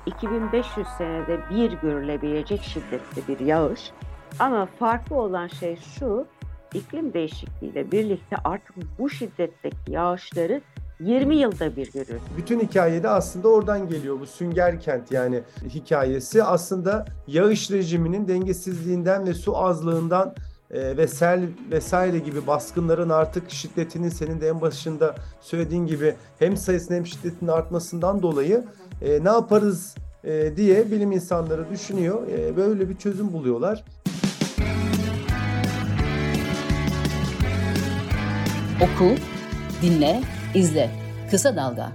2500 senede bir görülebilecek şiddetli bir yağış. Ama farklı olan şey şu, iklim değişikliğiyle birlikte artık bu şiddetteki yağışları 20 yılda bir görüyoruz. Bütün hikayede aslında oradan geliyor bu Sünger Kent yani hikayesi. Aslında yağış rejiminin dengesizliğinden ve su azlığından ve sel vesaire gibi baskınların artık şiddetinin senin de en başında söylediğin gibi hem sayısının hem şiddetinin artmasından dolayı ne yaparız diye bilim insanları düşünüyor. Böyle bir çözüm buluyorlar. Oku, dinle, izle. Kısa Dalga.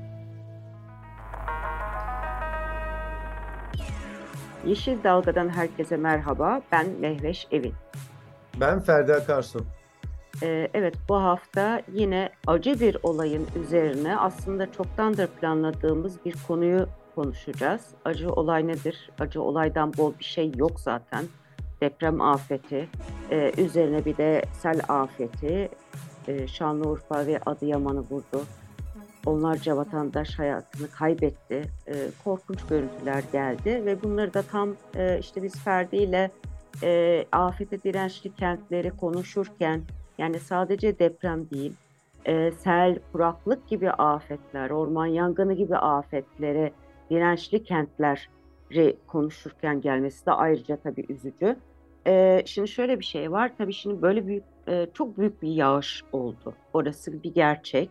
Yeşil Dalga'dan herkese merhaba. Ben Mehveş Evin. Ben Ferdi Akarsu. Evet, bu hafta yine acı bir olayın üzerine aslında çoktandır planladığımız bir konuyu konuşacağız. Acı olay nedir? Acı olaydan bol bir şey yok zaten. Deprem afeti, üzerine bir de sel afeti, Şanlıurfa ve Adıyaman'ı vurdu. Onlarca vatandaş hayatını kaybetti. Korkunç görüntüler geldi ve bunları da tam işte biz Ferdi ile afete dirençli kentleri konuşurken, yani sadece deprem değil, sel, kuraklık gibi afetler, orman yangını gibi afetlere dirençli kentleri konuşurken gelmesi de ayrıca tabii üzücü. Şimdi şöyle bir şey var, tabii şimdi böyle büyük, çok büyük bir yağış oldu. Orası bir gerçek.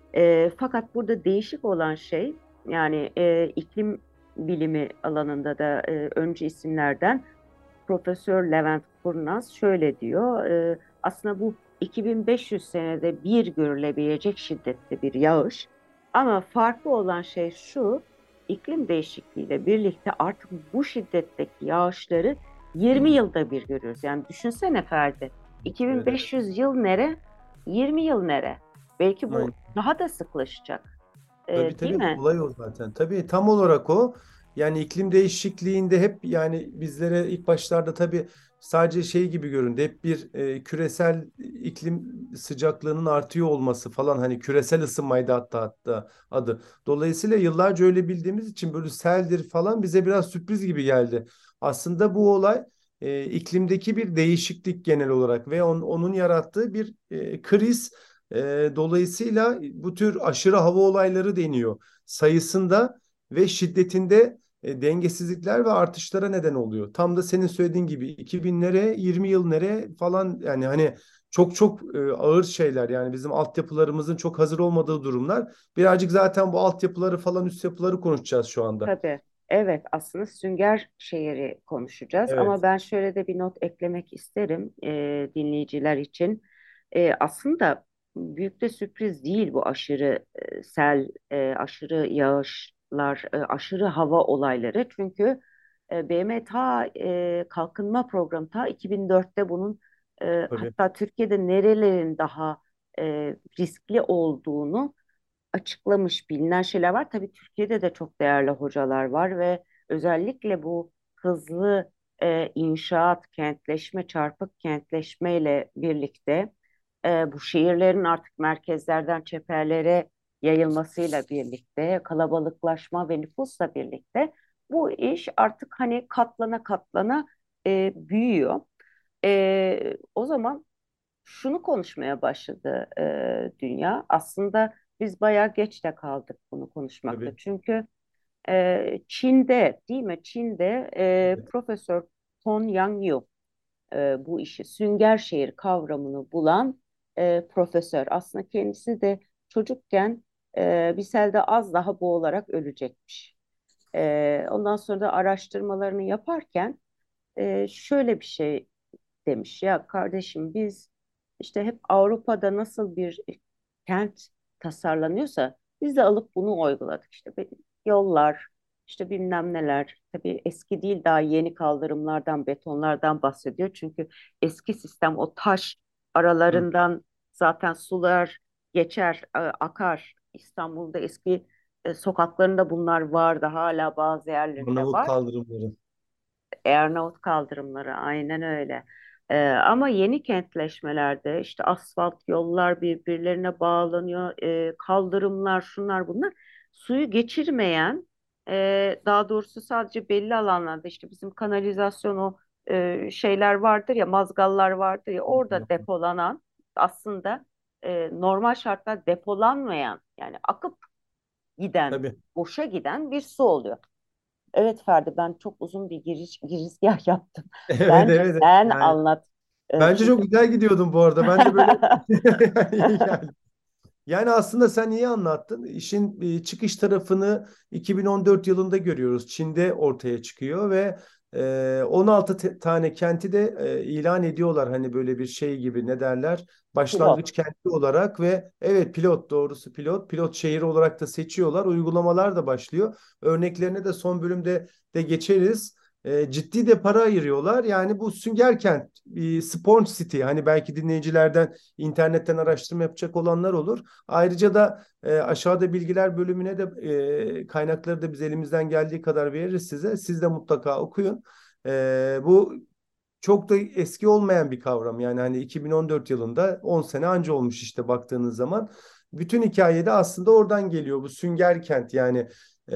Fakat burada değişik olan şey, yani iklim bilimi alanında da öncü isimlerden Profesör Levent Kurnaz şöyle diyor. Aslında bu 2500 senede bir görülebilecek şiddetli bir yağış. Ama farklı olan şey şu, iklim değişikliğiyle birlikte artık bu şiddetteki yağışları 20 yılda bir görüyoruz. Yani düşünsene Ferdi, Evet, evet. 2500 yıl nere, 20 yıl nere? Belki bu Aynen. daha da sıklaşacak, Tabii değil tabii mi? olay o zaten. Tabii tam olarak o. Yani iklim değişikliğinde hep yani bizlere ilk başlarda tabii sadece şey gibi göründü. Hep bir küresel iklim sıcaklığının artıyor olması falan hani küresel ısınmaydı hatta adı. Dolayısıyla yıllarca öyle bildiğimiz için böyle seldir falan bize biraz sürpriz gibi geldi. Aslında bu olay iklimdeki bir değişiklik genel olarak ve onun yarattığı bir kriz. Dolayısıyla bu tür aşırı hava olayları deniyor. Sayısında ve şiddetinde dengesizlikler ve artışlara neden oluyor. Tam da senin söylediğin gibi 2000'lere, 20 yıllara falan yani hani çok ağır şeyler yani bizim altyapılarımızın çok hazır olmadığı durumlar. Birazcık zaten bu altyapıları falan üst yapıları konuşacağız şu anda. Tabii. Evet, aslında Sünger Şehir'i konuşacağız ama Evet, ben şöyle de bir not eklemek isterim dinleyiciler için. Aslında büyük de sürpriz değil bu aşırı sel, aşırı yağışlar, aşırı hava olayları. Çünkü BM ta kalkınma programı ta 2004'te bunun tabii. hatta Türkiye'de nerelerin daha riskli olduğunu açıklamış bilinen şeyler var. Tabii Türkiye'de de çok değerli hocalar var ve özellikle bu hızlı inşaat, kentleşme, çarpık kentleşmeyle birlikte bu şehirlerin artık merkezlerden çeperlere yayılmasıyla birlikte, kalabalıklaşma ve nüfusla birlikte bu iş artık hani katlana katlana büyüyor. O zaman şunu konuşmaya başladı dünya. Aslında biz bayağı geç de kaldık bunu konuşmakta. Tabii. Çünkü Çin'de, değil mi? Çin'de Evet. Profesör Ton Yang bu işi sünger şehir kavramını bulan profesör. Aslında kendisi de çocukken bir selde az daha boğularak ölecekmiş. Ondan sonra da araştırmalarını yaparken şöyle bir şey demiş. Ya kardeşim, biz işte hep Avrupa'da nasıl bir kent tasarlanıyorsa biz de alıp bunu uyguladık. İşte yollar, işte bilmem neler. Tabii eski değil, daha yeni kaldırımlardan, betonlardan bahsediyor. Çünkü eski sistem o taş Hı. aralarından zaten sular geçer, akar. İstanbul'da eski sokaklarında bunlar vardı. Hala bazı yerlerinde Arnavut var. kaldırımları. Arnavut kaldırımları aynen öyle. Ama yeni kentleşmelerde işte asfalt yollar birbirlerine bağlanıyor, kaldırımlar şunlar bunlar suyu geçirmeyen Daha doğrusu sadece belli alanlarda işte bizim kanalizasyon o şeyler vardır ya, mazgallar vardır ya, orada depolanan aslında normal şartlar depolanmayan, yani akıp giden, Tabii. boşa giden bir su oluyor. Evet Ferdi, ben çok uzun bir girizgah yaptım. Evet, Bence evet. sen Yani anlat. bence çok Çünkü güzel gidiyordun bu arada. Ben de böyle iyi geldi. Yani aslında sen iyi anlattın. İşin çıkış tarafını 2014 yılında görüyoruz. Çin'de ortaya çıkıyor ve 16 tane kenti de ilan ediyorlar. Hani böyle bir şey gibi, ne derler? pilot. Başlangıç kenti olarak ve evet, pilot, doğrusu pilot. Pilot şehir olarak da seçiyorlar. Uygulamalar da başlıyor. Örneklerine de son bölümde de geçeriz. Ciddi de para ayırıyorlar. Yani bu Sünger Kent, Sponge City. Hani belki dinleyicilerden internetten araştırma yapacak olanlar olur. Ayrıca da aşağıda bilgiler bölümüne de kaynakları da biz elimizden geldiği kadar veririz size. Siz de mutlaka okuyun. Bu çok da eski olmayan bir kavram. Yani hani 2014 yılında 10 sene anca olmuş işte baktığınız zaman. Bütün hikayede aslında oradan geliyor bu Sünger Kent, yani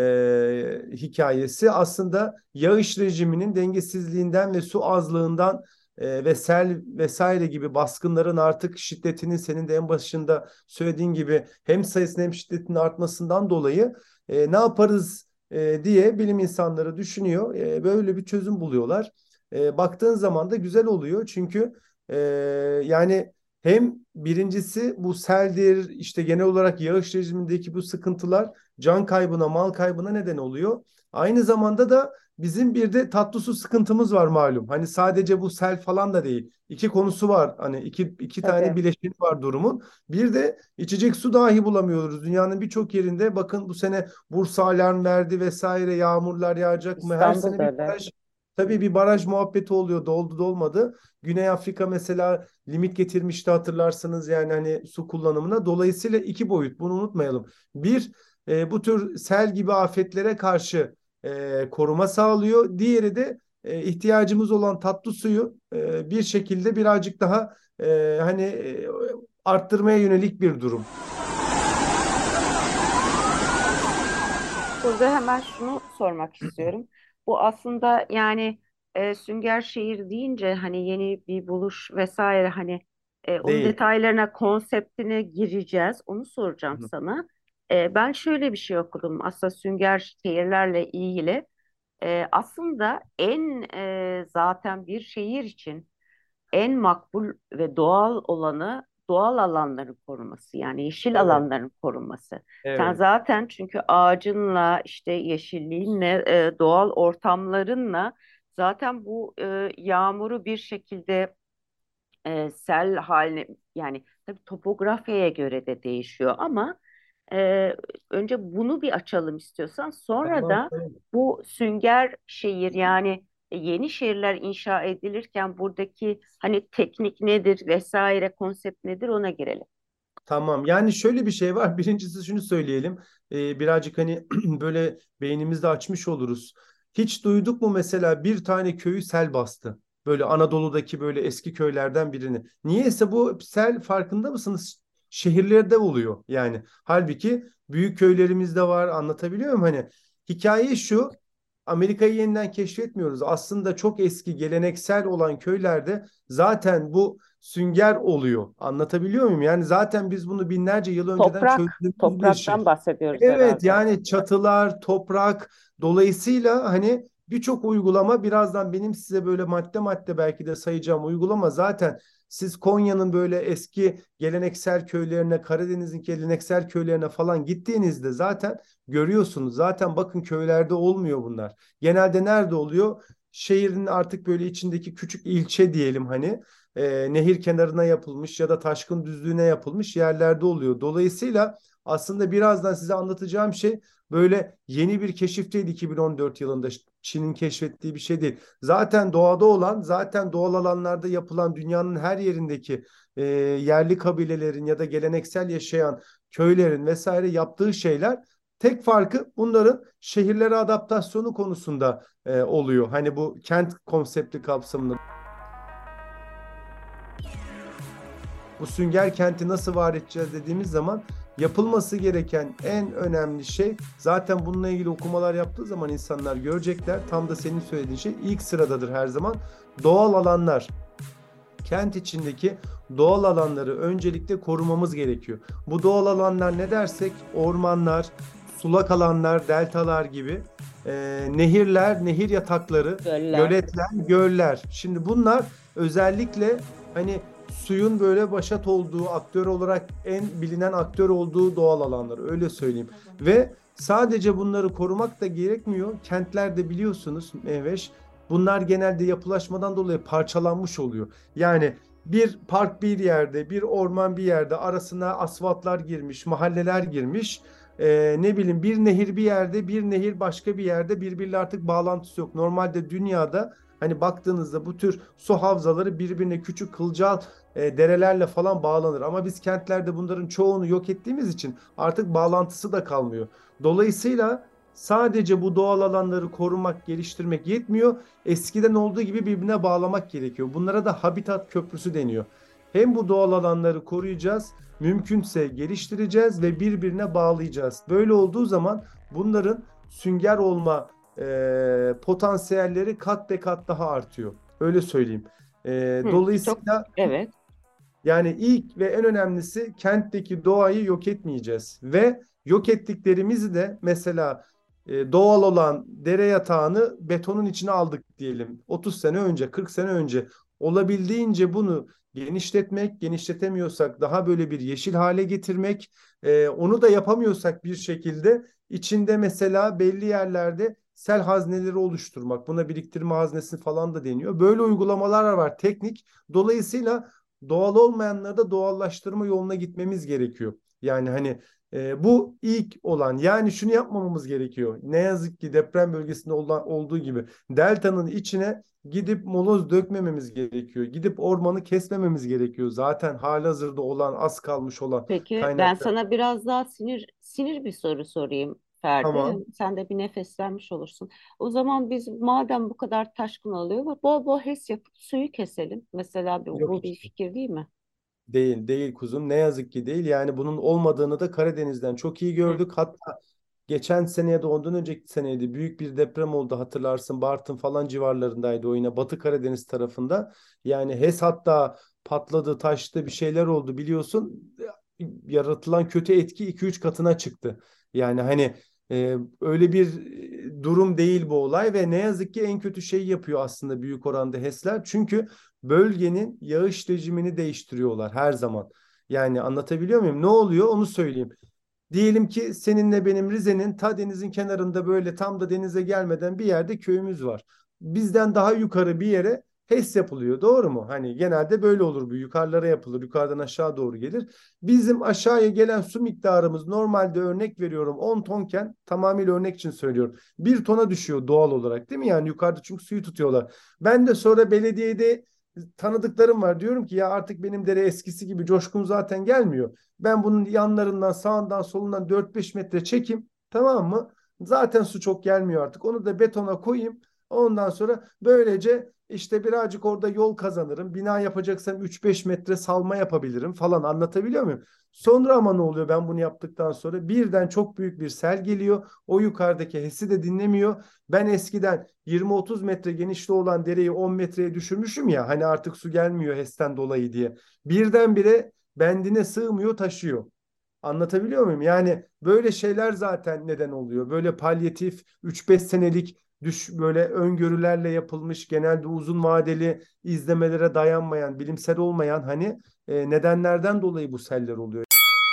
hikayesi aslında yağış rejiminin dengesizliğinden ve su azlığından ve sel vesaire gibi baskınların artık şiddetinin, senin de en başında söylediğin gibi, hem sayısının hem şiddetinin artmasından dolayı ne yaparız diye bilim insanları düşünüyor. Böyle bir çözüm buluyorlar. Baktığın zaman da güzel oluyor. Çünkü e, yani hem birincisi bu seldir, işte genel olarak yağış rejimindeki bu sıkıntılar can kaybına, mal kaybına neden oluyor. Aynı zamanda da bizim bir de tatlı su sıkıntımız var malum. Hani sadece bu sel falan da değil. İki konusu var. Hani iki tane Tabii. bileşeni var durumun. Bir de içecek su dahi bulamıyoruz. Dünyanın birçok yerinde bakın, bu sene Bursa alarm verdi vesaire, yağmurlar yağacak mı? Her sene İstanbul'da bir öyle. baraj. Tabii bir baraj muhabbeti oluyor. Doldu dolmadı. Güney Afrika mesela limit getirmişti, hatırlarsınız, yani hani su kullanımına. Dolayısıyla iki boyut, bunu unutmayalım. Bir, bu tür sel gibi afetlere karşı koruma sağlıyor. Diğeri de ihtiyacımız olan tatlı suyu bir şekilde birazcık daha hani arttırmaya yönelik bir durum. Burada hemen şunu sormak istiyorum. Bu aslında yani Sünger Şehir deyince hani yeni bir buluş vesaire, hani onun Değil. detaylarına, konseptine gireceğiz. Onu soracağım sana. Ben şöyle bir şey okudum aslında Sünger Şehirlerle ilgili. Aslında zaten bir şehir için en makbul ve doğal olanı doğal alanların korunması, yani yeşil Evet, alanların korunması. Sen evet. zaten çünkü ağacınla, işte yeşilliğinle, doğal ortamlarınla zaten bu yağmuru bir şekilde sel haline, yani tabii topografyaya göre de değişiyor ama e, önce bunu bir açalım istiyorsan, sonra Tamam, da tamam. bu sünger şehir, yani yeni şehirler inşa edilirken buradaki hani teknik nedir vesaire, konsept nedir, ona girelim. Tamam. Yani şöyle bir şey var. Birincisi şunu söyleyelim. Birazcık hani böyle beynimizde açmış oluruz. Hiç duyduk mu mesela bir tane köyü sel bastı? Böyle Anadolu'daki böyle eski köylerden birini. Niyeyse bu sel, farkında mısınız? Şehirlerde oluyor yani. Halbuki büyük köylerimiz de var. Anlatabiliyor muyum? Hani hikaye şu. Amerika'yı yeniden keşfetmiyoruz. Aslında çok eski geleneksel olan köylerde zaten bu sünger oluyor. Anlatabiliyor muyum? Yani zaten biz bunu binlerce yıl önceden çözdüğümüz bir Topraktan şey. bahsediyoruz Evet, herhalde. yani çatılar, toprak, dolayısıyla hani birçok uygulama, birazdan benim size böyle madde madde belki de sayacağım uygulama, zaten siz Konya'nın böyle eski geleneksel köylerine, Karadeniz'in geleneksel köylerine falan gittiğinizde zaten görüyorsunuz. Zaten bakın, köylerde olmuyor bunlar. Genelde nerede oluyor? Şehrin artık böyle içindeki küçük ilçe diyelim, hani nehir kenarına yapılmış ya da taşkın düzlüğüne yapılmış yerlerde oluyor. Dolayısıyla aslında birazdan size anlatacağım şey böyle yeni bir keşif değil, 2014 yılında Çin'in keşfettiği bir şey değil. Zaten doğada olan, zaten doğal alanlarda yapılan, dünyanın her yerindeki yerli kabilelerin ya da geleneksel yaşayan köylerin vesaire yaptığı şeyler, tek farkı bunların şehirlere adaptasyonu konusunda oluyor. Hani bu kent konsepti kapsamında. bu sünger kenti nasıl var edeceğiz dediğimiz zaman yapılması gereken en önemli şey, zaten bununla ilgili okumalar yaptığı zaman insanlar görecekler. Tam da senin söylediğin şey ilk sıradadır her zaman. Doğal alanlar. Kent içindeki doğal alanları öncelikle korumamız gerekiyor. Bu doğal alanlar ne dersek, ormanlar, sulak alanlar, deltalar gibi, nehirler, nehir yatakları, Göller. göletler, göller. Şimdi bunlar özellikle hani suyun böyle başat olduğu, aktör olarak en bilinen aktör olduğu doğal alanlar, öyle söyleyeyim. Ve sadece bunları korumak da gerekmiyor. Kentlerde biliyorsunuz Mehveş, bunlar genelde yapılaşmadan dolayı parçalanmış oluyor. Yani bir park bir yerde, bir orman bir yerde, arasına asfaltlar girmiş, mahalleler girmiş. Ne bileyim, bir nehir bir yerde, bir nehir başka bir yerde, birbiriyle artık bağlantısı yok. Normalde dünyada hani baktığınızda bu tür su havzaları birbirine küçük kılcal derelerle falan bağlanır. Ama biz kentlerde bunların çoğunu yok ettiğimiz için artık bağlantısı da kalmıyor. Dolayısıyla sadece bu doğal alanları korumak, geliştirmek yetmiyor. Eskiden olduğu gibi birbirine bağlamak gerekiyor. Bunlara da habitat köprüsü deniyor. Hem bu doğal alanları koruyacağız, mümkünse geliştireceğiz ve birbirine bağlayacağız. Böyle olduğu zaman bunların sünger olma potansiyelleri kat be kat daha artıyor. Öyle söyleyeyim. Çok, Dolayısıyla evet. yani ilk ve en önemlisi, kentteki doğayı yok etmeyeceğiz. Ve yok ettiklerimizi de mesela doğal olan dere yatağını betonun içine aldık diyelim. 30 sene önce, 40 sene önce, olabildiğince bunu genişletmek, genişletemiyorsak daha böyle bir yeşil hale getirmek, onu da yapamıyorsak bir şekilde içinde mesela belli yerlerde sel hazneleri oluşturmak. Buna biriktirme haznesi falan da deniyor. Böyle uygulamalar var, teknik. Dolayısıyla doğal olmayanları da doğallaştırma yoluna gitmemiz gerekiyor. Yani hani bu ilk olan, yani şunu yapmamamız gerekiyor. Ne yazık ki deprem bölgesinde olduğu gibi deltanın içine gidip moloz dökmememiz gerekiyor. Gidip ormanı kesmememiz gerekiyor. Zaten halihazırda olan, az kalmış olan Peki ben kaynaklar. sana biraz daha sinir bir soru sorayım Ferdi. Tamam. Sen de bir nefeslenmiş olursun. O zaman biz madem bu kadar taşkın oluyor, bol bol HES yapıp suyu keselim. Mesela Yok bu bir işte. fikir değil mi? Değil, değil kuzum. Ne yazık ki değil. Yani bunun olmadığını da Karadeniz'den çok iyi Hı. gördük. Hatta geçen seneye de ondan önceki seneydi. Büyük bir deprem oldu, hatırlarsın. Bartın falan civarlarındaydı o, yine Batı Karadeniz tarafında. Yani HES hatta patladı, taştı, bir şeyler oldu biliyorsun. Yaratılan kötü etki 2-3 katına çıktı. Yani hani öyle bir durum değil bu olay ve ne yazık ki en kötü şeyi yapıyor aslında büyük oranda HES'ler. Çünkü bölgenin yağış rejimini değiştiriyorlar her zaman. Yani anlatabiliyor muyum? Ne oluyor onu söyleyeyim. Diyelim ki seninle benim Rize'nin ta denizin kenarında, böyle tam da denize gelmeden bir yerde köyümüz var. Bizden daha yukarı bir yere HES yapılıyor. Doğru mu? Hani genelde böyle olur bu. Yukarılara yapılır. Yukarıdan aşağı doğru gelir. Bizim aşağıya gelen su miktarımız normalde, örnek veriyorum, 10 tonken, tamamıyla örnek için söylüyorum, 1 tona düşüyor doğal olarak, değil mi? Yani yukarıda çünkü suyu tutuyorlar. Ben de sonra belediyede tanıdıklarım var. Diyorum ki ya artık benim dere eskisi gibi coşkun zaten gelmiyor. Ben bunun yanlarından, sağından, solundan 4-5 metre çekeyim. Tamam mı? Zaten su çok gelmiyor artık. Onu da betona koyayım. Ondan sonra böylece işte birazcık orada yol kazanırım. Bina yapacaksam 3-5 metre salma yapabilirim falan, anlatabiliyor muyum? Sonra ama ne oluyor ben bunu yaptıktan sonra? Birden çok büyük bir sel geliyor. O yukarıdaki HES'i de dinlemiyor. Ben eskiden 20-30 metre genişliği olan dereyi 10 metreye düşürmüşüm ya. Hani artık su gelmiyor HES'ten dolayı diye. Birdenbire bendine sığmıyor, taşıyor. Anlatabiliyor muyum? Yani böyle şeyler zaten neden oluyor. Böyle palyatif 3-5 senelik böyle öngörülerle yapılmış, genelde uzun vadeli izlemelere dayanmayan, bilimsel olmayan hani nedenlerden dolayı bu seller oluyor.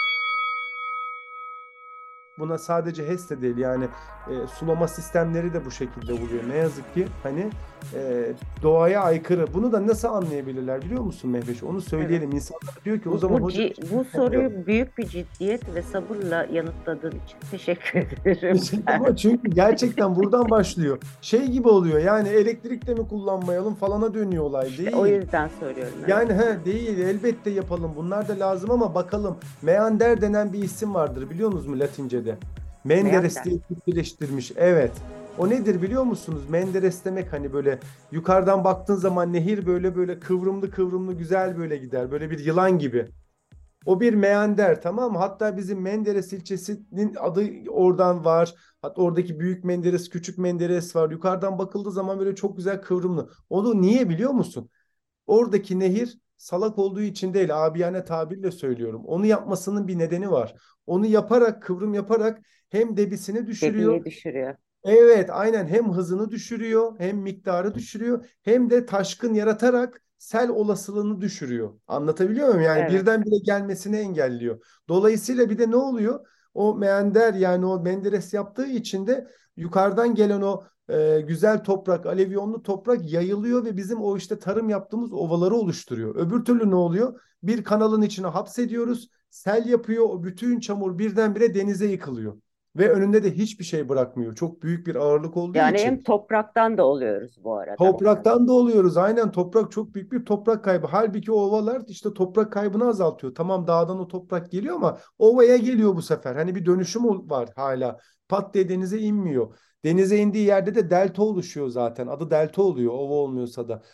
Buna sadece HES de değil, yani sulama sistemleri de bu şekilde oluyor. Ne yazık ki hani doğaya aykırı. Bunu da nasıl anlayabilirler biliyor musun Mehveş? Onu Evet. söyleyelim. İnsanlar diyor ki o Bu, zaman bu, hocam ci- bu yapıyor. soruyu büyük bir ciddiyet ve sabırla yanıtladığın için teşekkür ederim. Ama çünkü gerçekten buradan başlıyor. Şey gibi oluyor, yani elektrikte mi kullanmayalım falana dönüyor olay. İşte o Değil. yüzden söylüyorum. Evet. Yani değil, elbette yapalım. Bunlar da lazım ama bakalım. Meander denen bir isim vardır, biliyor musunuz mu Latince'de? Menderes Meander. diye Türkçeleştirmiş. Evet. O nedir biliyor musunuz? Menderes demek, hani böyle yukarıdan baktığın zaman nehir böyle böyle kıvrımlı kıvrımlı güzel böyle gider. Böyle bir yılan gibi. O bir meander, tamam mı? Hatta bizim Menderes ilçesinin adı oradan var. Hatta oradaki Büyük Menderes, Küçük Menderes var. Yukarıdan bakıldığı zaman böyle çok güzel kıvrımlı. Onu niye biliyor musun? Oradaki nehir salak olduğu için değil, abiyane tabirle söylüyorum. Onu yapmasının bir nedeni var. Onu yaparak, kıvrım yaparak hem debisini düşürüyor. Debiyi düşürüyor. Evet, aynen, hem hızını düşürüyor, hem miktarı düşürüyor, hem de taşkın yaratarak sel olasılığını düşürüyor. Anlatabiliyor muyum? Yani Evet. birdenbire gelmesini engelliyor. Dolayısıyla bir de ne oluyor? O meander, yani o Menderes yaptığı için de yukarıdan gelen o güzel toprak, alüvyonlu toprak yayılıyor ve bizim o işte tarım yaptığımız ovaları oluşturuyor. Öbür türlü ne oluyor? Bir kanalın içine hapsediyoruz, sel yapıyor, o bütün çamur birdenbire denize yıkılıyor. Ve önünde de hiçbir şey bırakmıyor. Çok büyük bir ağırlık olduğu Yani hem için. topraktan da oluyoruz bu arada. Topraktan da oluyoruz. Aynen, toprak çok büyük bir toprak kaybı. Halbuki ovalar işte toprak kaybını azaltıyor. Tamam, dağdan o toprak geliyor ama ovaya geliyor bu sefer. Hani bir dönüşüm var hala. Pat diye denize inmiyor. Denize indiği yerde de delta oluşuyor zaten. Adı delta oluyor, ova olmuyorsa da.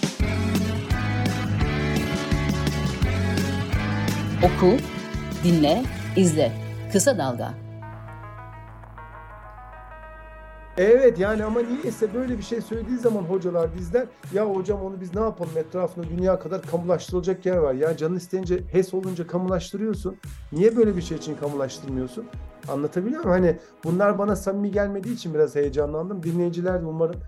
Oku, dinle, izle. Kısa Dalga. Evet, yani ama niyeyse böyle bir şey söylediği zaman hocalar bizden, ya hocam onu biz ne yapalım, etrafında dünya kadar kamulaştırılacak yer var. Ya canın isteyince HES olunca kamulaştırıyorsun. Niye böyle bir şey için kamulaştırmıyorsun? Anlatabiliyor muyum? Hani bunlar bana samimi gelmediği için biraz heyecanlandım. Dinleyiciler de umarım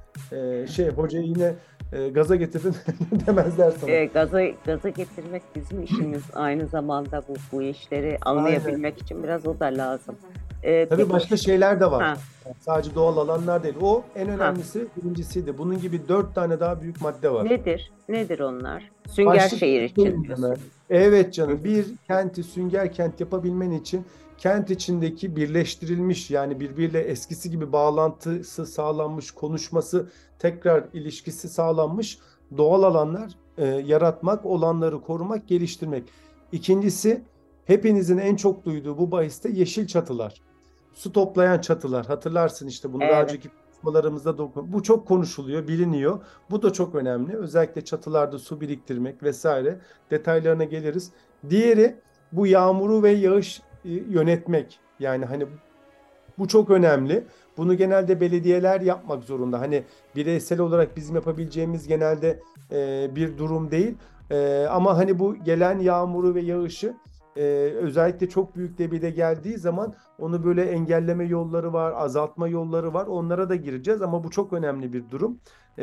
hocayı yine gaza getirdin demezler sana. Gaza getirmek bizim işimiz. Aynı zamanda bu işleri Aynen. anlayabilmek için biraz o da lazım. Tabii Peki başka şeyler de var. ha Yani sadece doğal alanlar değil. O en ha önemlisi, birincisiydi. Bunun gibi 4 tane daha büyük madde var. nedir onlar? Sünger Başlık şehir için söyleyeyim hemen. diyorsun. Evet Hı canım, hı. bir kenti sünger kent yapabilmen için kent içindeki birleştirilmiş, yani birbiriyle eskisi gibi bağlantısı sağlanmış, konuşması, tekrar ilişkisi sağlanmış doğal alanlar yaratmak, olanları korumak, geliştirmek. İkincisi, hepinizin en çok duyduğu bu bahiste yeşil çatılar. Su toplayan çatılar. Hatırlarsın işte, bunu daha Evet. önceki konuşmalarımızda da bu çok konuşuluyor, biliniyor. Bu da çok önemli. Özellikle çatılarda su biriktirmek vesaire, detaylarına geliriz. Diğeri, bu yağmuru ve yağış yönetmek. Yani hani bu çok önemli. Bunu genelde belediyeler yapmak zorunda. Hani bireysel olarak bizim yapabileceğimiz genelde bir durum değil. Ama hani bu gelen yağmuru ve yağışı özellikle çok büyük debide geldiği zaman onu böyle engelleme yolları var, azaltma yolları var. Onlara da gireceğiz ama bu çok önemli bir durum.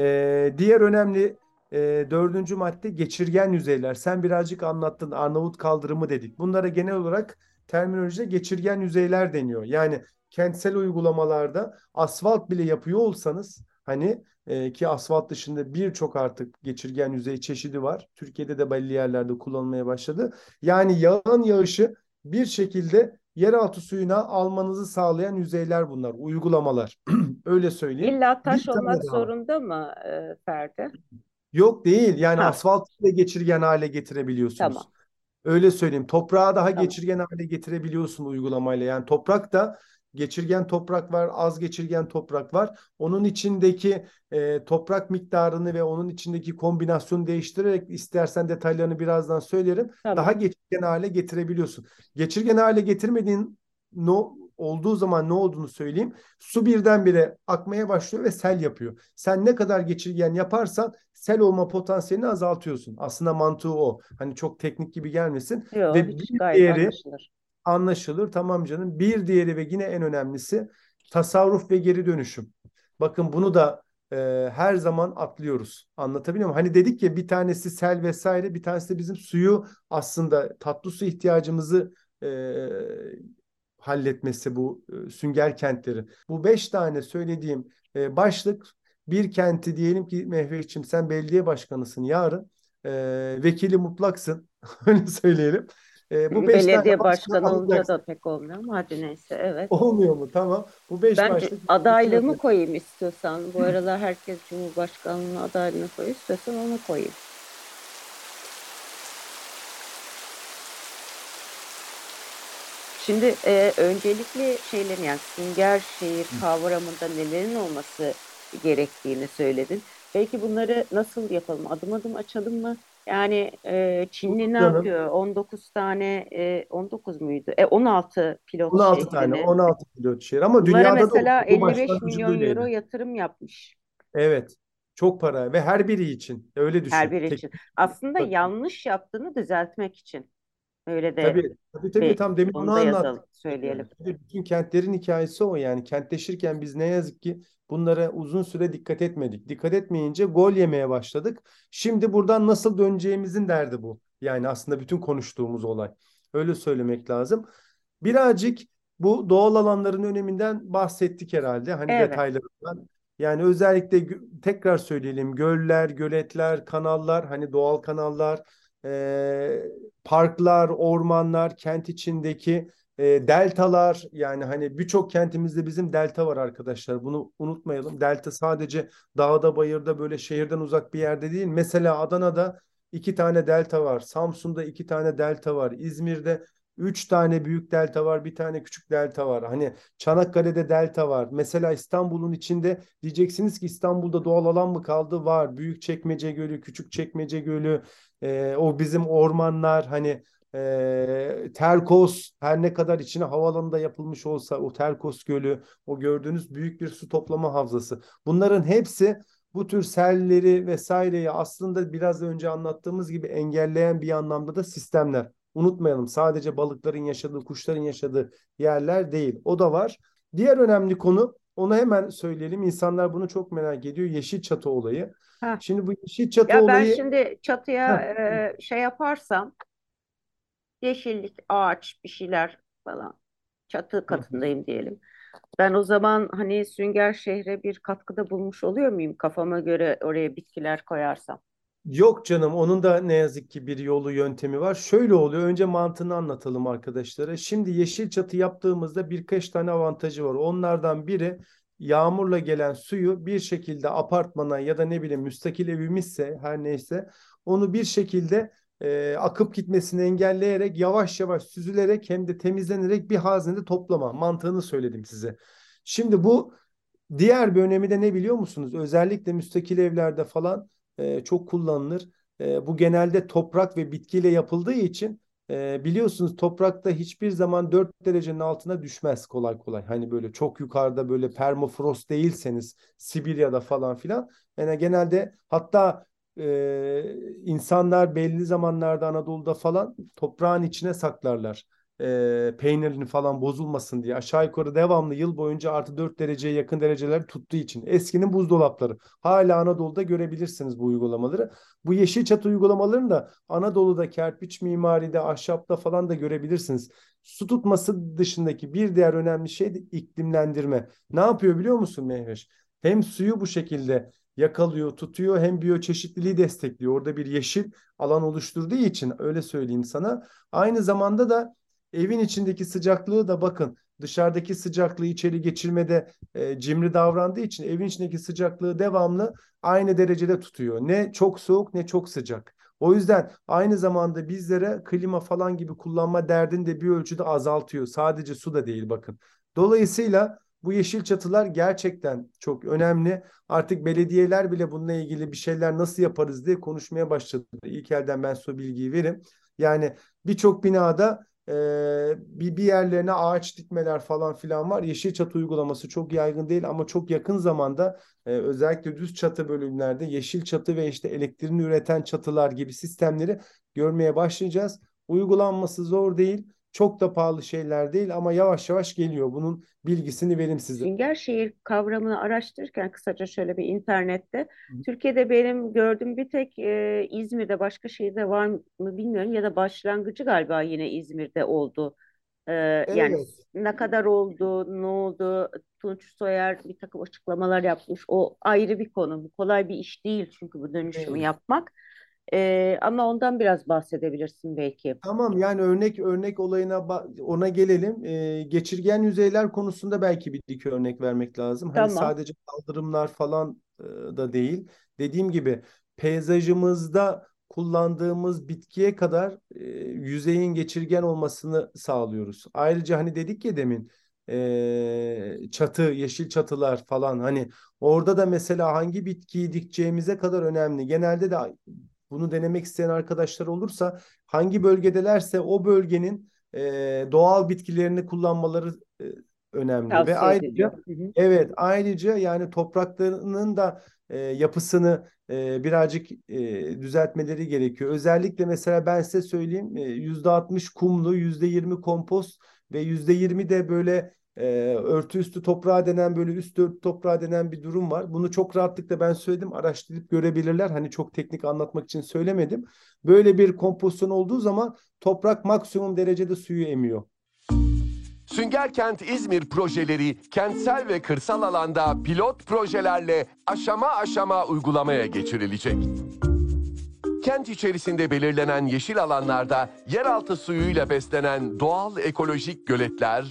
Diğer önemli dördüncü madde geçirgen yüzeyler. Sen birazcık anlattın, Arnavut kaldırımı dedik. Bunlara genel olarak terminolojide geçirgen yüzeyler deniyor. Yani kentsel uygulamalarda asfalt bile yapıyor olsanız, hani ki asfalt dışında birçok artık geçirgen yüzey çeşidi var. Türkiye'de de belli yerlerde kullanılmaya başladı. Yani yağan yağışı bir şekilde yeraltı suyuna almanızı sağlayan yüzeyler bunlar, uygulamalar. Öyle söyleyeyim. İlla Bir taş tane olmak daha var. zorunda mı Ferdi? Yok, değil. Yani Ha, asfaltı bile geçirgen hale getirebiliyorsunuz. tamam, Öyle söyleyeyim. Toprağı daha tamam. geçirgen hale getirebiliyorsun uygulamayla. Yani toprak da, geçirgen toprak var, az geçirgen toprak var. Onun içindeki toprak miktarını ve onun içindeki kombinasyonu değiştirerek, istersen detaylarını birazdan söylerim, daha Tamam. geçirgen hale getirebiliyorsun. Geçirgen hale getirmediğin olduğu zaman ne olduğunu söyleyeyim. Su birdenbire akmaya başlıyor ve sel yapıyor. Sen ne kadar geçirgen yaparsan sel olma potansiyelini azaltıyorsun. Aslında mantığı o. Hani çok teknik gibi gelmesin. Yok, Ve hiç bir gayet diğeri, anlaşılır. anlaşılır, tamam canım. Bir diğeri ve yine en önemlisi, tasarruf ve geri dönüşüm. Bakın bunu da her zaman atlıyoruz. Anlatabiliyor muyum? Hani dedik ya, bir tanesi sel vesaire, bir tanesi de bizim suyu, aslında tatlı su ihtiyacımızı e, halletmesi, bu sünger kentlerin. Bu 5 tane söylediğim başlık, bir kenti, diyelim ki Mehveş'im sen belediye başkanısın yarın, vekili mutlaksın öyle söyleyelim. Bu 5 tane Belediye başlığı başkanı olunca alacaksın. da pek olmuyor ama hadi neyse, evet. Olmuyor mu? Tamam. Bu 5 Bence başlık için adaylığımı önemli. koyayım istiyorsan. Bu aralar herkes Cumhurbaşkanlığı adaylığını koyuyor. İstiyorsan onu koyayım. Şimdi öncelikli şeylerin, yani sünger şehir kavramında nelerin olması gerektiğini söyledin. Belki bunları nasıl yapalım? Adım adım açalım mı? Yani Çinli ne Canım yapıyor? 19 tane, 19 muydu? 16 pilot 16 tane, şehrini. 16 pilot şehir ama Bunlara dünyada da mesela bu 55 başlangıcı milyon euro böyleydi. yatırım yapmış Evet. Çok para ve her biri için. Öyle her düşün. biri için. Aslında yanlış yaptığını düzeltmek için. Öyle de Tabii bir tam demin onu onu da yazalım, anlattım. Yani. söyleyelim. Tabii bütün kentlerin hikayesi o yani. Kentleşirken biz ne yazık ki bunlara uzun süre dikkat etmedik. Dikkat etmeyince gol yemeye başladık. Şimdi buradan nasıl döneceğimizin derdi bu. Yani aslında bütün konuştuğumuz olay. Öyle söylemek lazım. Birazcık bu doğal alanların öneminden bahsettik herhalde. Hani Evet. detaylarından. Yani özellikle tekrar söyleyelim, göller, göletler, kanallar, hani doğal kanallar, e, parklar, ormanlar, kent içindeki deltalar, yani hani birçok kentimizde bizim delta var arkadaşlar. Bunu unutmayalım. Delta sadece dağda, bayırda, böyle şehirden uzak bir yerde değil. Mesela Adana'da iki tane delta var. Samsun'da iki tane delta var. İzmir'de üç tane büyük delta var. Bir tane küçük delta var. Hani Çanakkale'de delta var. Mesela İstanbul'un içinde diyeceksiniz ki İstanbul'da doğal alan mı kaldı? Var. Büyükçekmece Gölü, Küçükçekmece Gölü, o bizim ormanlar, hani Terkos, her ne kadar içine havaalanı da yapılmış olsa, o Terkos Gölü, o gördüğünüz büyük bir su toplama havzası. Bunların hepsi bu tür selleri vesaireyi aslında biraz önce anlattığımız gibi engelleyen bir anlamda da sistemler. Unutmayalım, sadece balıkların yaşadığı, kuşların yaşadığı yerler değil. O da var. Diğer önemli konu, onu hemen söyleyelim. İnsanlar bunu çok merak ediyor. Yeşil çatı olayı. Ha. Şimdi bu yeşil çatı Ya ben olayı. şimdi çatıya Heh, şey yaparsam, yeşillik, ağaç, bir şeyler falan, çatı hı. katındayım diyelim. Ben o zaman hani Sünger şehre bir katkıda bulmuş oluyor muyum, kafama göre oraya bitkiler koyarsam? Yok canım, onun da ne yazık ki bir yolu yöntemi var. Şöyle oluyor. Önce mantığını anlatalım arkadaşlara. Şimdi yeşil çatı yaptığımızda birkaç tane avantajı var. Onlardan biri, yağmurla gelen suyu bir şekilde apartmana ya da ne bileyim müstakil evimizse her neyse onu bir şekilde akıp gitmesini engelleyerek, yavaş yavaş süzülerek hem de temizlenerek bir haznede toplama mantığını söyledim size. Şimdi bu, diğer bir önemi de ne biliyor musunuz? Özellikle müstakil evlerde falan çok kullanılır. Bu genelde toprak ve bitkiyle yapıldığı için biliyorsunuz toprakta hiçbir zaman 4 derecenin altına düşmez kolay kolay. Hani böyle çok yukarıda, böyle permafrost değilseniz Sibirya'da falan filan. Yani genelde hatta insanlar belli zamanlarda Anadolu'da falan toprağın içine saklarlar, peynirini falan bozulmasın diye. Aşağı yukarı devamlı yıl boyunca artı 4 dereceye yakın dereceler tuttuğu için. Eskinin buzdolapları. Hala Anadolu'da görebilirsiniz bu uygulamaları. Bu yeşil çatı uygulamalarını da Anadolu'da kerpiç mimaride, ahşapta falan da görebilirsiniz. Su tutması dışındaki bir diğer önemli şey de iklimlendirme. Ne yapıyor biliyor musun Mehveş? Hem suyu bu şekilde yakalıyor, tutuyor, hem biyoçeşitliliği destekliyor. Orada bir yeşil alan oluşturduğu için, öyle söyleyeyim sana. Aynı zamanda da evin içindeki sıcaklığı da, bakın, dışarıdaki sıcaklığı içeri geçirmede cimri davrandığı için evin içindeki sıcaklığı devamlı aynı derecede tutuyor. Ne çok soğuk ne çok sıcak. O yüzden aynı zamanda bizlere klima falan gibi kullanma derdini de bir ölçüde azaltıyor. Sadece su da değil, bakın. Dolayısıyla bu yeşil çatılar gerçekten çok önemli. Artık belediyeler bile bununla ilgili bir şeyler nasıl yaparız diye konuşmaya başladı. İlk elden ben size bilgiyi vereyim. Yani birçok binada bir yerlerine ağaç dikmeler falan filan var. Yeşil çatı uygulaması çok yaygın değil ama çok yakın zamanda özellikle düz çatı bölümlerde yeşil çatı ve işte elektriğini üreten çatılar gibi sistemleri görmeye başlayacağız. Uygulanması zor değil. Çok da pahalı şeyler değil ama yavaş yavaş geliyor. Bunun bilgisini vereyim size. Sünger şehir kavramını araştırırken kısaca şöyle bir internette, Türkiye'de benim gördüğüm bir tek İzmir'de, başka şehirde var mı bilmiyorum, ya da başlangıcı galiba yine İzmir'de oldu. E, Yani Evet. ne kadar oldu, ne oldu? Tunç Soyer bir takım açıklamalar yapmış. O ayrı bir konu. Bu kolay bir iş değil çünkü bu dönüşümü Değil. yapmak. Ama ondan biraz bahsedebilirsin belki. Tamam, yani örnek olayına ona gelelim. Geçirgen yüzeyler konusunda belki bir iki örnek vermek lazım. Hani Tamam. sadece kaldırımlar falan da değil. Dediğim gibi peyzajımızda kullandığımız bitkiye kadar yüzeyin geçirgen olmasını sağlıyoruz. Ayrıca hani dedik ya demin, çatı, yeşil çatılar falan, hani orada da mesela hangi bitkiyi dikeceğimize kadar önemli. Genelde de bunu denemek isteyen arkadaşlar olursa, hangi bölgedelerse o bölgenin doğal bitkilerini kullanmaları önemli. Ve Tavsiye ayrıca, ediliyor. Hı hı. evet, ayrıca yani topraklarının da yapısını birazcık düzeltmeleri gerekiyor. Özellikle mesela ben size söyleyeyim, %60 kumlu, %20 kompost ve %20 de böyle örtü üstü toprağı denen, böyle üstü örtü toprağı denen bir durum var. Bunu çok rahatlıkla ben söyledim. Araştırıp görebilirler. Hani çok teknik anlatmak için söylemedim. Böyle bir kompozisyon olduğu zaman toprak maksimum derecede suyu emiyor. Sünger Kent İzmir projeleri kentsel ve kırsal alanda pilot projelerle aşama aşama uygulamaya geçirilecek. Kent içerisinde belirlenen yeşil alanlarda yeraltı suyuyla beslenen doğal ekolojik göletler,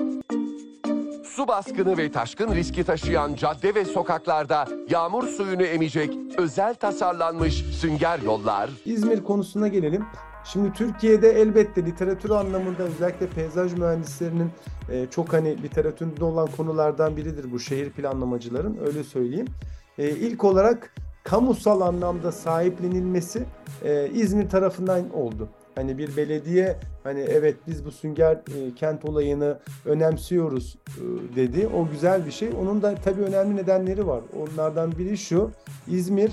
su baskını ve taşkın riski taşıyan cadde ve sokaklarda yağmur suyunu emecek özel tasarlanmış sünger yollar, İzmir konusuna gelelim. Şimdi Türkiye'de elbette literatür anlamında özellikle peyzaj mühendislerinin çok hani literatüründe olan konulardan biridir bu şehir planlamacıların, öyle söyleyeyim. İlk olarak kamusal anlamda sahiplenilmesi İzmir tarafından oldu. Hani bir belediye, hani evet biz bu sünger kent olayını önemsiyoruz dedi. O güzel bir şey. Onun da tabii önemli nedenleri var. Onlardan biri şu: İzmir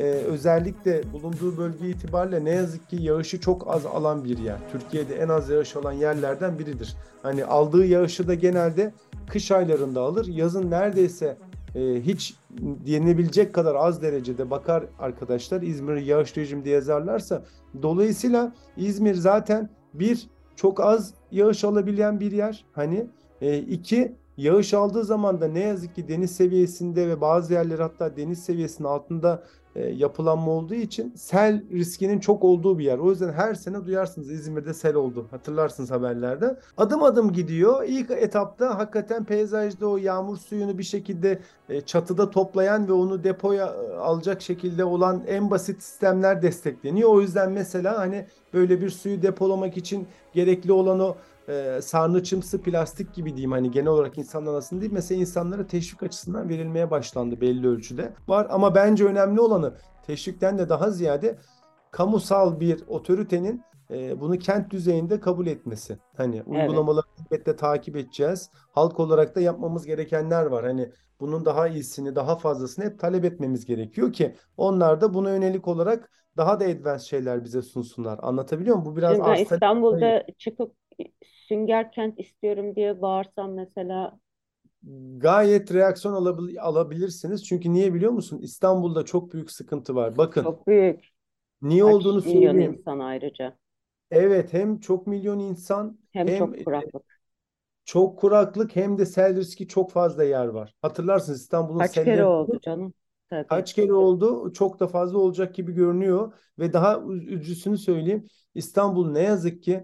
özellikle bulunduğu bölge itibariyle ne yazık ki yağışı çok az alan bir yer. Türkiye'de en az yağış alan yerlerden biridir. Hani aldığı yağışı da genelde kış aylarında alır. Yazın neredeyse hiç denilebilecek kadar az derecede bakar arkadaşlar. İzmir'i yağış rejimde yazarlarsa. Dolayısıyla İzmir zaten bir, çok az yağış alabilen bir yer. Hani iki, yağış aldığı zaman da ne yazık ki deniz seviyesinde ve bazı yerler hatta deniz seviyesinin altında yapılanma olduğu için sel riskinin çok olduğu bir yer. O yüzden her sene duyarsınız İzmir'de sel oldu. Hatırlarsınız haberlerde. Adım adım gidiyor. İlk etapta hakikaten peyzajda o yağmur suyunu bir şekilde çatıda toplayan ve onu depoya alacak şekilde olan en basit sistemler destekleniyor. O yüzden mesela hani böyle bir suyu depolamak için gerekli olan o sarnıçımsı plastik gibi diyeyim, hani genel olarak insanlar arasında değil, mesela insanlara teşvik açısından verilmeye başlandı, belli ölçüde var, ama bence önemli olanı teşvikten de daha ziyade kamusal bir otoritenin bunu kent düzeyinde kabul etmesi. Hani Evet. uygulamaları elbette takip edeceğiz. Halk olarak da yapmamız gerekenler var. Hani bunun daha iyisini, daha fazlasını hep talep etmemiz gerekiyor ki onlar da buna yönelik olarak daha da advanced şeyler bize sunsunlar. Anlatabiliyor muyum? Bu biraz Şimdi ben arz talep. İstanbul'da çıkıp sünger kent istiyorum diye bağırsam mesela, Gayet reaksiyon alabilirsiniz. Çünkü niye biliyor musun? İstanbul'da çok büyük sıkıntı var. Bakın, çok büyük. niye Kaç olduğunu milyon söyleyeyim. insan ayrıca. Evet, hem çok milyon insan, Hem hem çok kuraklık. çok kuraklık, hem de sel riski, çok fazla yer var. Hatırlarsınız İstanbul'un Kaç kere selleri oldu canım? Tabii. kaç kere oldu? Çok da fazla olacak gibi görünüyor. Ve daha üzücüsünü söyleyeyim. İstanbul ne yazık ki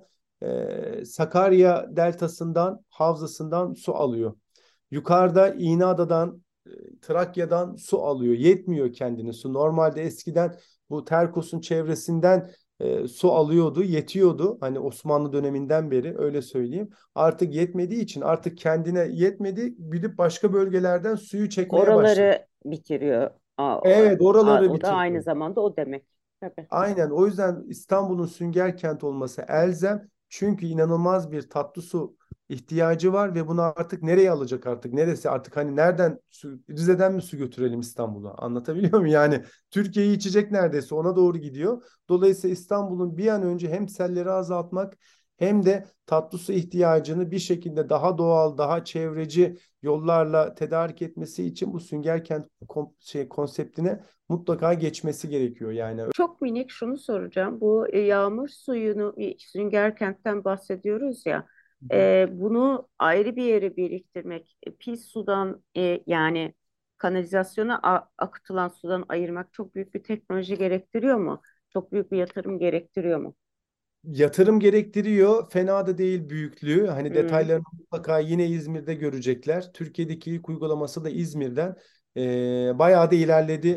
Sakarya deltasından, havzasından su alıyor. Yukarıda İğneada'dan, Trakya'dan su alıyor. Yetmiyor kendine su. Normalde eskiden bu Terkos'un çevresinden su alıyordu, yetiyordu. Hani Osmanlı döneminden beri öyle söyleyeyim. Artık yetmediği için, artık kendine yetmedi, gidip başka bölgelerden suyu çekmeye başladı. Oraları bitiriyor. Evet, oraları O da aynı bitiriyor. zamanda o demek. Tabii. Aynen, o yüzden İstanbul'un sünger kent olması elzem. Çünkü inanılmaz bir tatlı su ihtiyacı var ve bunu artık nereye alacak artık? Neresi artık, hani nereden su, Rize'den mi su götürelim İstanbul'a? Anlatabiliyor muyum? Yani Türkiye'yi içecek neredeyse ona doğru gidiyor. Dolayısıyla İstanbul'un bir an önce hem selleri azaltmak hem de tatlı su ihtiyacını bir şekilde daha doğal, daha çevreci yollarla tedarik etmesi için bu sünger kent konseptine mutlaka geçmesi gerekiyor yani. Çok minik şunu soracağım. Bu yağmur suyunu, Sünger Kent'ten bahsediyoruz ya. Bunu ayrı bir yere biriktirmek, pis sudan, yani kanalizasyona akıtılan sudan ayırmak çok büyük bir teknoloji gerektiriyor mu? Çok büyük bir yatırım gerektiriyor mu? Yatırım gerektiriyor. Fena da değil büyüklüğü. Hani Hı. detaylarını mutlaka yine İzmir'de görecekler. Türkiye'deki ilk uygulaması da İzmir'den. Bayağı da ilerledi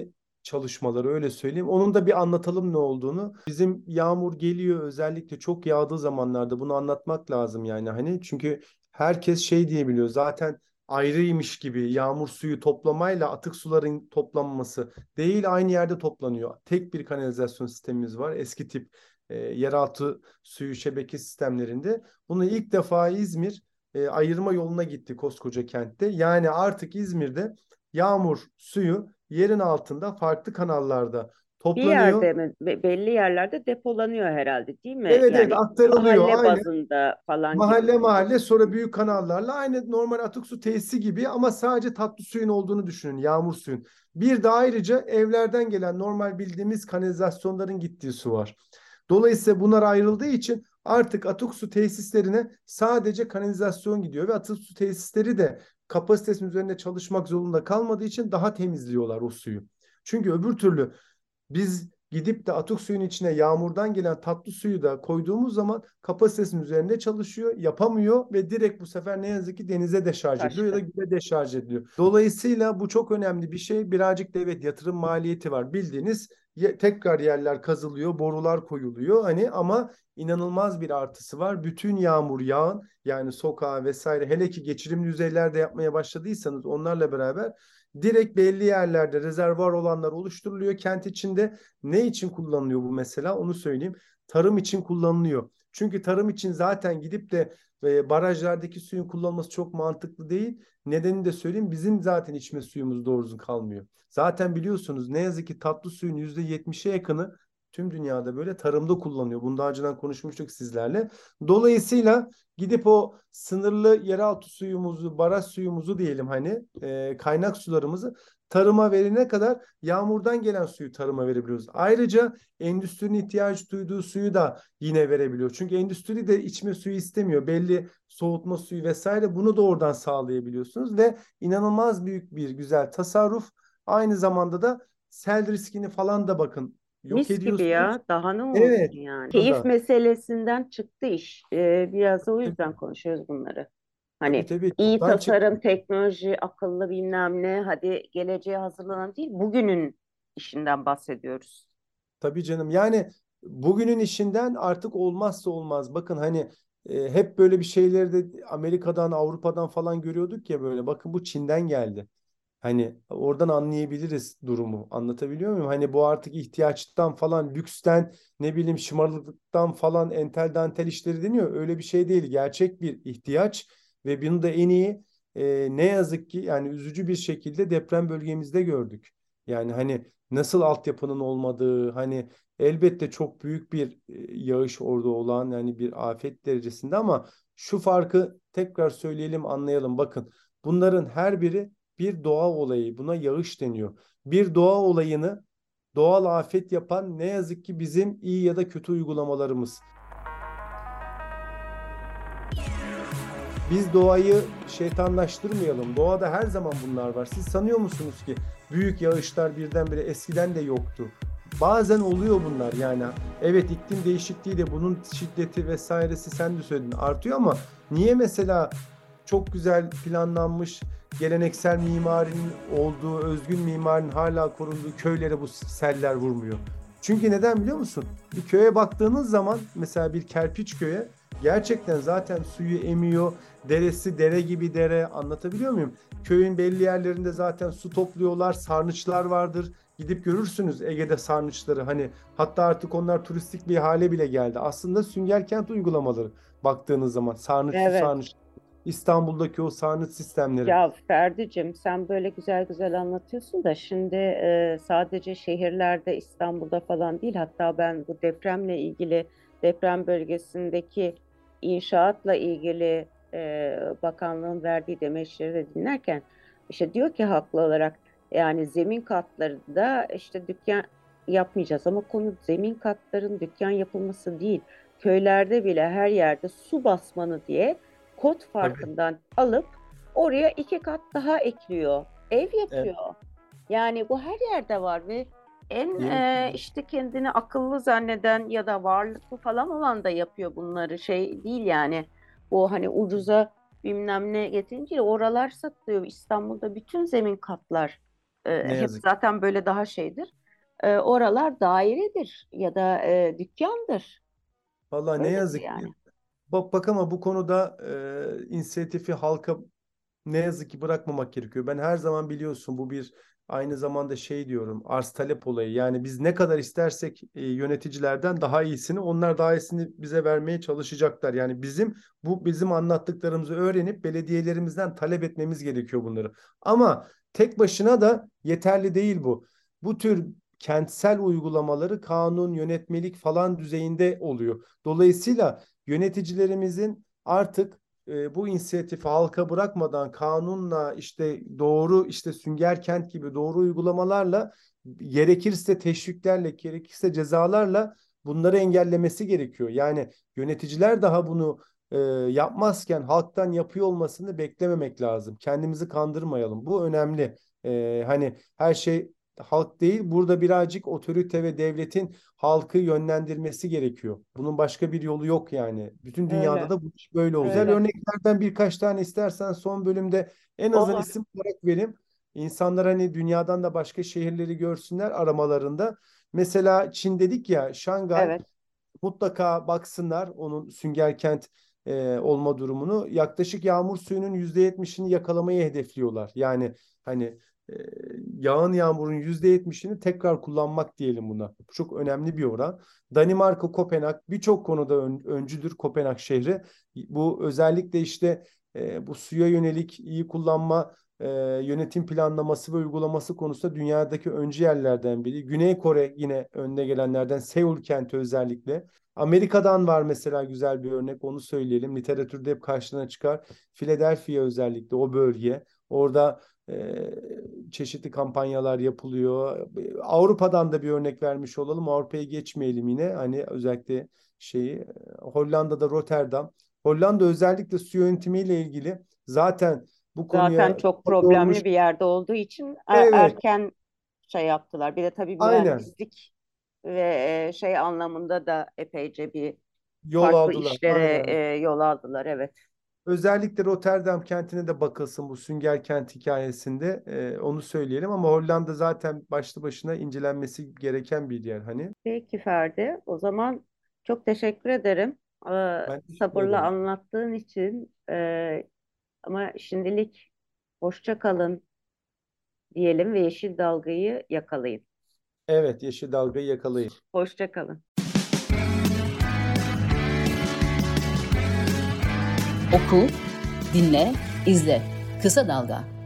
çalışmaları, öyle söyleyeyim. Onun da bir anlatalım ne olduğunu. Bizim yağmur geliyor, özellikle çok yağdığı zamanlarda bunu anlatmak lazım yani, hani çünkü herkes şey diyebiliyor zaten, ayrıymış gibi yağmur suyu toplamayla atık suların toplanması değil, aynı yerde toplanıyor. Tek bir kanalizasyon sistemimiz var. Eski tip yeraltı suyu şebeke sistemlerinde. Bunu ilk defa İzmir ayırma yoluna gitti koskoca kentte. Yani artık İzmir'de yağmur suyu yerin altında farklı kanallarda Bir toplanıyor. yerde mi? Belli yerlerde depolanıyor herhalde, değil mi? Evet, evet, Yani aktarılıyor. mahalle Aynen. bazında falan gibi. Mahalle mahalle, sonra büyük kanallarla, aynı normal atık su tesisi gibi, ama sadece tatlı suyun olduğunu düşünün, yağmur suyun. Bir de ayrıca evlerden gelen normal bildiğimiz kanalizasyonların gittiği su var. Dolayısıyla bunlar ayrıldığı için artık atık su tesislerine sadece kanalizasyon gidiyor ve atık su tesisleri de kapasitesinin üzerinde çalışmak zorunda kalmadığı için daha temizliyorlar o suyu. Çünkü öbür türlü biz gidip de atık suyun içine yağmurdan gelen tatlı suyu da koyduğumuz zaman kapasitesinin üzerinde çalışıyor, yapamıyor ve direkt bu sefer ne yazık ki denize deşarj ediliyor ya da Başka. göle deşarj ediliyor. Dolayısıyla bu çok önemli bir şey. Birazcık da evet, yatırım maliyeti var. Bildiğiniz tekrar yerler kazılıyor, borular koyuluyor hani, ama inanılmaz bir artısı var. Bütün yağmur yağın, yani sokağa vesaire, hele ki geçirimli yüzeylerde yapmaya başladıysanız onlarla beraber direkt belli yerlerde rezervuar olanlar oluşturuluyor kent içinde. Ne için kullanılıyor bu mesela? Onu söyleyeyim. Tarım için kullanılıyor. Çünkü tarım için zaten gidip de barajlardaki suyun kullanılması çok mantıklı değil. Nedenini de söyleyeyim. Bizim zaten içme suyumuz doğru düzgün kalmıyor. Zaten biliyorsunuz, ne yazık ki tatlı suyun %70'e yakını tüm dünyada böyle tarımda kullanılıyor. Bunu daha önceden konuşmuştuk sizlerle. Dolayısıyla gidip o sınırlı yeraltı suyumuzu, baraj suyumuzu diyelim, hani kaynak sularımızı tarıma verene kadar yağmurdan gelen suyu tarıma verebiliyoruz. Ayrıca endüstrinin ihtiyaç duyduğu suyu da yine verebiliyor. Çünkü endüstri de içme suyu istemiyor. Belli soğutma suyu vesaire, bunu da oradan sağlayabiliyorsunuz ve inanılmaz büyük bir güzel tasarruf. Aynı zamanda da sel riskini falan da bakın yok Mis gibi ediyorsunuz. ya. Daha ne Evet, olsun yani. bu Keyif da. meselesinden çıktı iş. Biraz da o yüzden konuşuyoruz bunları. Tabii, Hani tabii, iyi çoktan çıktı. tasarım, teknoloji, akıllı bilmem ne. Hadi geleceğe hazırlanan değil, bugünün işinden bahsediyoruz. Tabii canım. Yani bugünün işinden artık olmazsa olmaz. Bakın hani hep böyle bir şeyleri de Amerika'dan, Avrupa'dan falan görüyorduk ya böyle. Bakın bu Çin'den geldi. Hani oradan anlayabiliriz durumu. Anlatabiliyor muyum? Hani bu artık ihtiyaçtan falan, lüksten, ne bileyim şımarıklıktan falan, entel dantel işleri deniyor. Öyle bir şey değil. Gerçek bir ihtiyaç ve bunu da en iyi ne yazık ki yani üzücü bir şekilde deprem bölgemizde gördük. Yani hani nasıl altyapının olmadığı, hani elbette çok büyük bir yağış orada olan, yani bir afet derecesinde, ama şu farkı tekrar söyleyelim, anlayalım. Bakın, bunların her biri bir doğa olayı. Buna yağış deniyor. Bir doğa olayını doğal afet yapan ne yazık ki bizim iyi ya da kötü uygulamalarımız. Biz doğayı şeytanlaştırmayalım. Doğada her zaman bunlar var. Siz sanıyor musunuz ki büyük yağışlar birdenbire eskiden de yoktu? Bazen oluyor bunlar yani. Evet, iklim değişikliği de bunun şiddeti vesairesi, sen de söyledin, artıyor, ama niye mesela çok güzel planlanmış geleneksel mimarinin olduğu, özgün mimarinin hala korunduğu köylere bu seller vurmuyor? Çünkü neden biliyor musun? Bir köye baktığınız zaman, mesela bir kerpiç köye, gerçekten zaten suyu emiyor. Deresi dere gibi dere, anlatabiliyor muyum? Köyün belli yerlerinde zaten su topluyorlar. Sarnıçlar vardır. Gidip görürsünüz Ege'de sarnıçları. Hani hatta artık onlar turistik bir hale bile geldi. Aslında sünger kent uygulamaları, baktığınız zaman sarnıç su Evet. sarnıç. İstanbul'daki o sarnıç sistemleri. Ya Ferdi'cim, sen böyle güzel güzel anlatıyorsun da şimdi sadece şehirlerde, İstanbul'da falan değil, hatta ben bu depremle ilgili, deprem bölgesindeki inşaatla ilgili bakanlığın verdiği demeçleri de dinlerken işte diyor ki haklı olarak, yani zemin katlarında işte dükkan yapmayacağız, ama konu zemin katların dükkan yapılması değil. Köylerde bile her yerde su basmanı diye kod Tabii. farkından alıp oraya 2 kat daha ekliyor. Ev Evet. yapıyor. Yani bu her yerde var ve en Yemin işte kendini akıllı zanneden ya da varlıklı falan olan da yapıyor bunları. Şey değil yani. Bu hani ucuza bilmem ne getirince oralar satılıyor. İstanbul'da bütün zemin katlar ne hep yazık ki. zaten böyle daha şeydir. oralar dairedir ya da dükkandır. Vallahi ne Öyledir yazık ki. yani. Bak ama bu konuda inisiyatifi halka ne yazık ki bırakmamak gerekiyor. Ben her zaman biliyorsun bu bir aynı zamanda şey diyorum arz talep olayı. Yani biz ne kadar istersek yöneticilerden daha iyisini onlar daha iyisini bize vermeye çalışacaklar. Yani bizim anlattıklarımızı öğrenip belediyelerimizden talep etmemiz gerekiyor bunları. Ama tek başına da yeterli değil bu. Bu tür kentsel uygulamaları kanun, yönetmelik falan düzeyinde oluyor. Dolayısıyla yöneticilerimizin artık bu inisiyatifi halka bırakmadan kanunla işte doğru işte Sünger Kent gibi doğru uygulamalarla gerekirse teşviklerle gerekirse cezalarla bunları engellemesi gerekiyor. Yani yöneticiler daha bunu yapmazken halktan yapıyor olmasını beklememek lazım. Kendimizi kandırmayalım. Bu önemli. Hani her şey halk değil. Burada birazcık otorite ve devletin halkı yönlendirmesi gerekiyor. Bunun başka bir yolu yok yani. Bütün dünyada Öyle, da bu iş böyle oluyor. Güzel öyle. örneklerden birkaç tane istersen son bölümde en azından Olur. isim olarak vereyim. İnsanlar hani dünyadan da başka şehirleri görsünler aramalarında. Mesela Çin dedik ya, Şangay Evet. mutlaka baksınlar onun sünger kent olma durumunu. Yaklaşık yağmur suyunun %70'ini yakalamayı hedefliyorlar. Yani hani e, yağan yağmurun %70'ini tekrar kullanmak diyelim buna. Bu çok önemli bir oran. Danimarka, Kopenhag birçok konuda öncüdür Kopenhag şehri. Bu özellikle işte bu suya yönelik iyi kullanma yönetim planlaması ve uygulaması konusunda dünyadaki öncü yerlerden biri. Güney Kore yine önde gelenlerden. Seul kenti özellikle. Amerika'dan var mesela güzel bir örnek onu söyleyelim. Literatürde hep karşına çıkar. Philadelphia özellikle o bölge. Orada çeşitli kampanyalar yapılıyor. Avrupa'dan da bir örnek vermiş olalım. Avrupa'ya geçmeyelim yine. Hani özellikle Hollanda'da Rotterdam. Hollanda özellikle su yönetimiyle ilgili zaten bu Zaten konuya çok yormuş. problemli bir yerde olduğu için Evet, erken şey yaptılar. Bir de tabii aynen. mühendislik ve şey anlamında da epeyce bir Yol farklı aldılar. işlere Aynen. yol aldılar. Evet. Özellikle Rotterdam kentine de bakılsın bu Sünger Kent hikayesinde. Onu söyleyelim ama Hollanda zaten başlı başına incelenmesi gereken bir yer hani. Peki Ferdi. O zaman çok teşekkür ederim. Ben teşekkür Sabırla ederim. anlattığın için. Ama şimdilik hoşça kalın diyelim ve yeşil dalgayı yakalayın. Evet, yeşil dalgayı yakalayın. Hoşça kalın. Oku, dinle, izle. Kısa Dalga.